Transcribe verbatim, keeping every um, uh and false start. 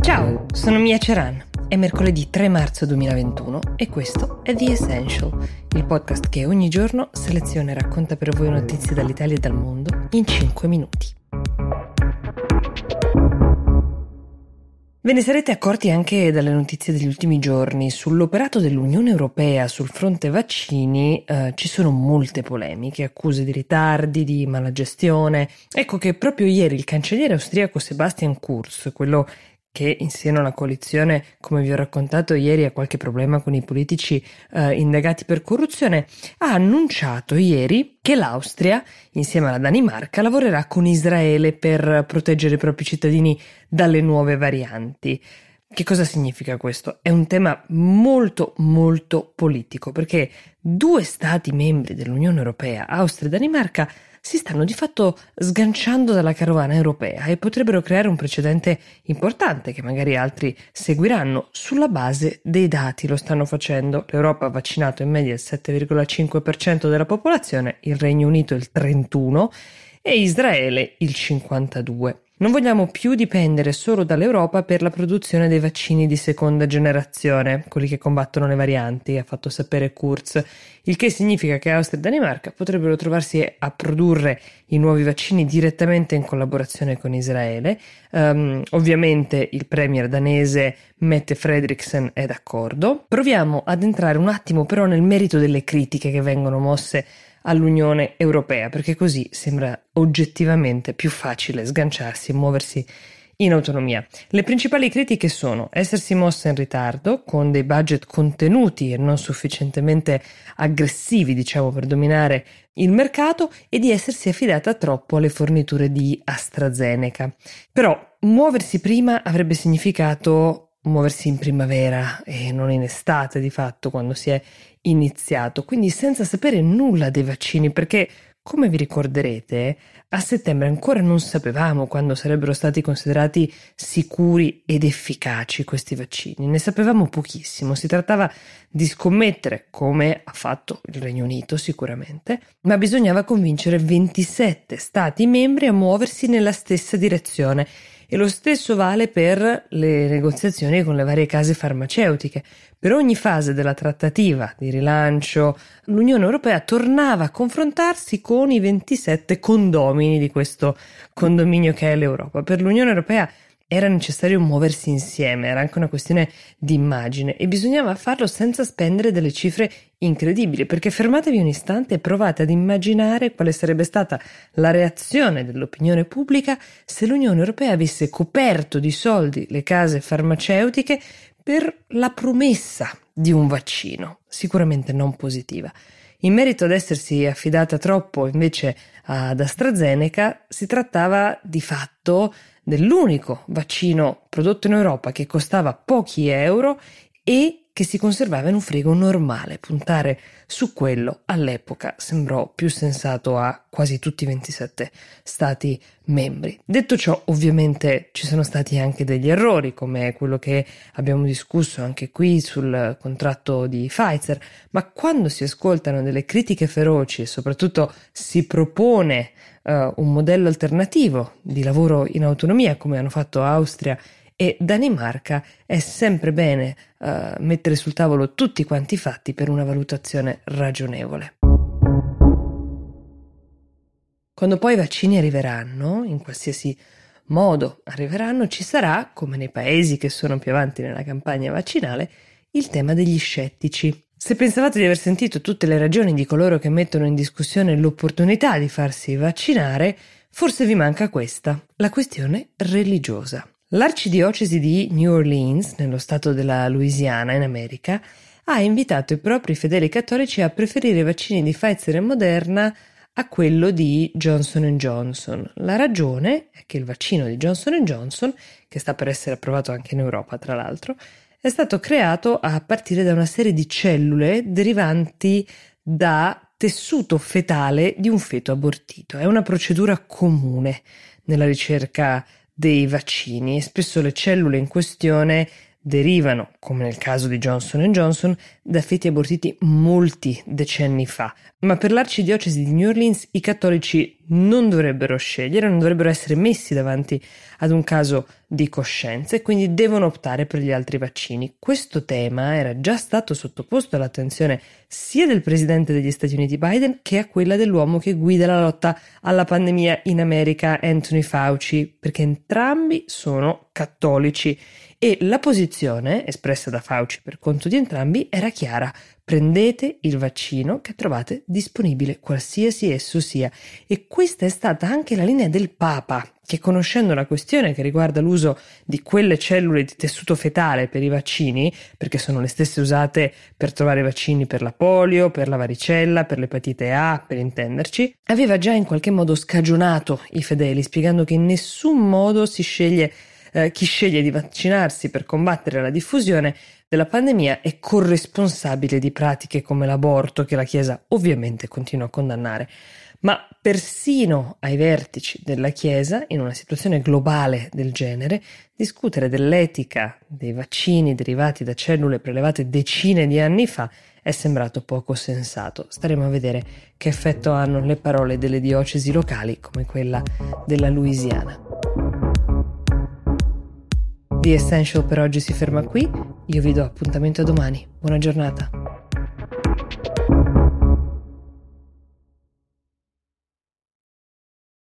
Ciao, sono Mia Ceran. È mercoledì tre marzo duemilaventuno e questo è The Essential, il podcast che ogni giorno seleziona e racconta per voi notizie dall'Italia e dal mondo in cinque minuti. Ve ne sarete accorti anche dalle notizie degli ultimi giorni. Sull'operato dell'Unione Europea sul fronte vaccini eh, ci sono molte polemiche, accuse di ritardi, di malagestione. Ecco che proprio ieri il cancelliere austriaco Sebastian Kurz, quello che insieme alla coalizione, come vi ho raccontato ieri, ha qualche problema con i politici eh, indagati per corruzione, ha annunciato ieri che l'Austria, insieme alla Danimarca, lavorerà con Israele per proteggere i propri cittadini dalle nuove varianti. Che cosa significa questo? È un tema molto molto politico, perché due stati membri dell'Unione Europea, Austria e Danimarca, si stanno di fatto sganciando dalla carovana europea e potrebbero creare un precedente importante che magari altri seguiranno. Sulla base dei dati lo stanno facendo. L'Europa ha vaccinato in media il sette virgola cinque per cento della popolazione, il Regno Unito il trentuno per cento e Israele il cinquantadue per cento. Non vogliamo più dipendere solo dall'Europa per la produzione dei vaccini di seconda generazione, quelli che combattono le varianti, ha fatto sapere Kurz, il che significa che Austria e Danimarca potrebbero trovarsi a produrre i nuovi vaccini direttamente in collaborazione con Israele. Um, ovviamente il premier danese Mette Frederiksen è d'accordo. Proviamo ad entrare un attimo però nel merito delle critiche che vengono mosse all'Unione Europea, perché così sembra oggettivamente più facile sganciarsi e muoversi in autonomia. Le principali critiche sono essersi mossa in ritardo, con dei budget contenuti e non sufficientemente aggressivi, diciamo, per dominare il mercato, e di essersi affidata troppo alle forniture di AstraZeneca. Però muoversi prima avrebbe significato muoversi in primavera e non in estate, di fatto, quando si è iniziato, quindi senza sapere nulla dei vaccini, perché, come vi ricorderete, a settembre ancora non sapevamo quando sarebbero stati considerati sicuri ed efficaci questi vaccini, ne sapevamo pochissimo. Si trattava di scommettere, come ha fatto il Regno Unito sicuramente, ma bisognava convincere ventisette stati membri a muoversi nella stessa direzione. E lo stesso vale per le negoziazioni con le varie case farmaceutiche. Per ogni fase della trattativa di rilancio, l'Unione Europea tornava a confrontarsi con i ventisette condomini di questo condominio che è l'Europa. Per l'Unione Europea era necessario muoversi insieme, era anche una questione di immagine, e bisognava farlo senza spendere delle cifre incredibili, perché fermatevi un istante e provate ad immaginare quale sarebbe stata la reazione dell'opinione pubblica se l'Unione Europea avesse coperto di soldi le case farmaceutiche per la promessa di un vaccino, sicuramente non positiva. In merito ad essersi affidata troppo invece ad AstraZeneca, si trattava di fatto dell'unico vaccino prodotto in Europa che costava pochi euro e che si conservava in un frigo normale. Puntare su quello all'epoca sembrò più sensato a quasi tutti i ventisette stati membri. Detto ciò, ovviamente ci sono stati anche degli errori, come quello che abbiamo discusso anche qui sul contratto di Pfizer, ma quando si ascoltano delle critiche feroci e soprattutto si propone uh, un modello alternativo di lavoro in autonomia, come hanno fatto Austria e Danimarca, è sempre bene uh, mettere sul tavolo tutti quanti i fatti per una valutazione ragionevole. Quando poi i vaccini arriveranno, in qualsiasi modo arriveranno, ci sarà, come nei paesi che sono più avanti nella campagna vaccinale, il tema degli scettici. Se pensavate di aver sentito tutte le ragioni di coloro che mettono in discussione l'opportunità di farsi vaccinare, forse vi manca questa, la questione religiosa. L'arcidiocesi di New Orleans, nello stato della Louisiana, in America, ha invitato i propri fedeli cattolici a preferire i vaccini di Pfizer e Moderna a quello di Johnson and Johnson. La ragione è che il vaccino di Johnson and Johnson, che sta per essere approvato anche in Europa tra l'altro, è stato creato a partire da una serie di cellule derivanti da tessuto fetale di un feto abortito. È una procedura comune nella ricerca dei vaccini e spesso le cellule in questione derivano, come nel caso di Johnson and Johnson, da feti abortiti molti decenni fa. Ma per l'arcidiocesi di New Orleans i cattolici non dovrebbero scegliere, non dovrebbero essere messi davanti ad un caso di coscienza e quindi devono optare per gli altri vaccini. Questo tema era già stato sottoposto all'attenzione sia del presidente degli Stati Uniti Biden che a quella dell'uomo che guida la lotta alla pandemia in America, Anthony Fauci, perché entrambi sono cattolici e la posizione espressa da Fauci per conto di entrambi era chiara: prendete il vaccino che trovate disponibile, qualsiasi esso sia. E questa è stata anche la linea del Papa, che, conoscendo la questione che riguarda l'uso di quelle cellule di tessuto fetale per i vaccini, perché sono le stesse usate per trovare vaccini per la polio, per la varicella, per l'epatite A, per intenderci, aveva già in qualche modo scagionato i fedeli, spiegando che in nessun modo si sceglie eh, chi sceglie di vaccinarsi per combattere la diffusione della pandemia è corresponsabile di pratiche come l'aborto, che la Chiesa ovviamente continua a condannare. Ma persino ai vertici della Chiesa, in una situazione globale del genere, discutere dell'etica dei vaccini derivati da cellule prelevate decine di anni fa è sembrato poco sensato. Staremo a vedere che effetto hanno le parole delle diocesi locali come quella della Louisiana. The Essential per oggi si ferma qui, io vi do appuntamento a domani. Buona giornata.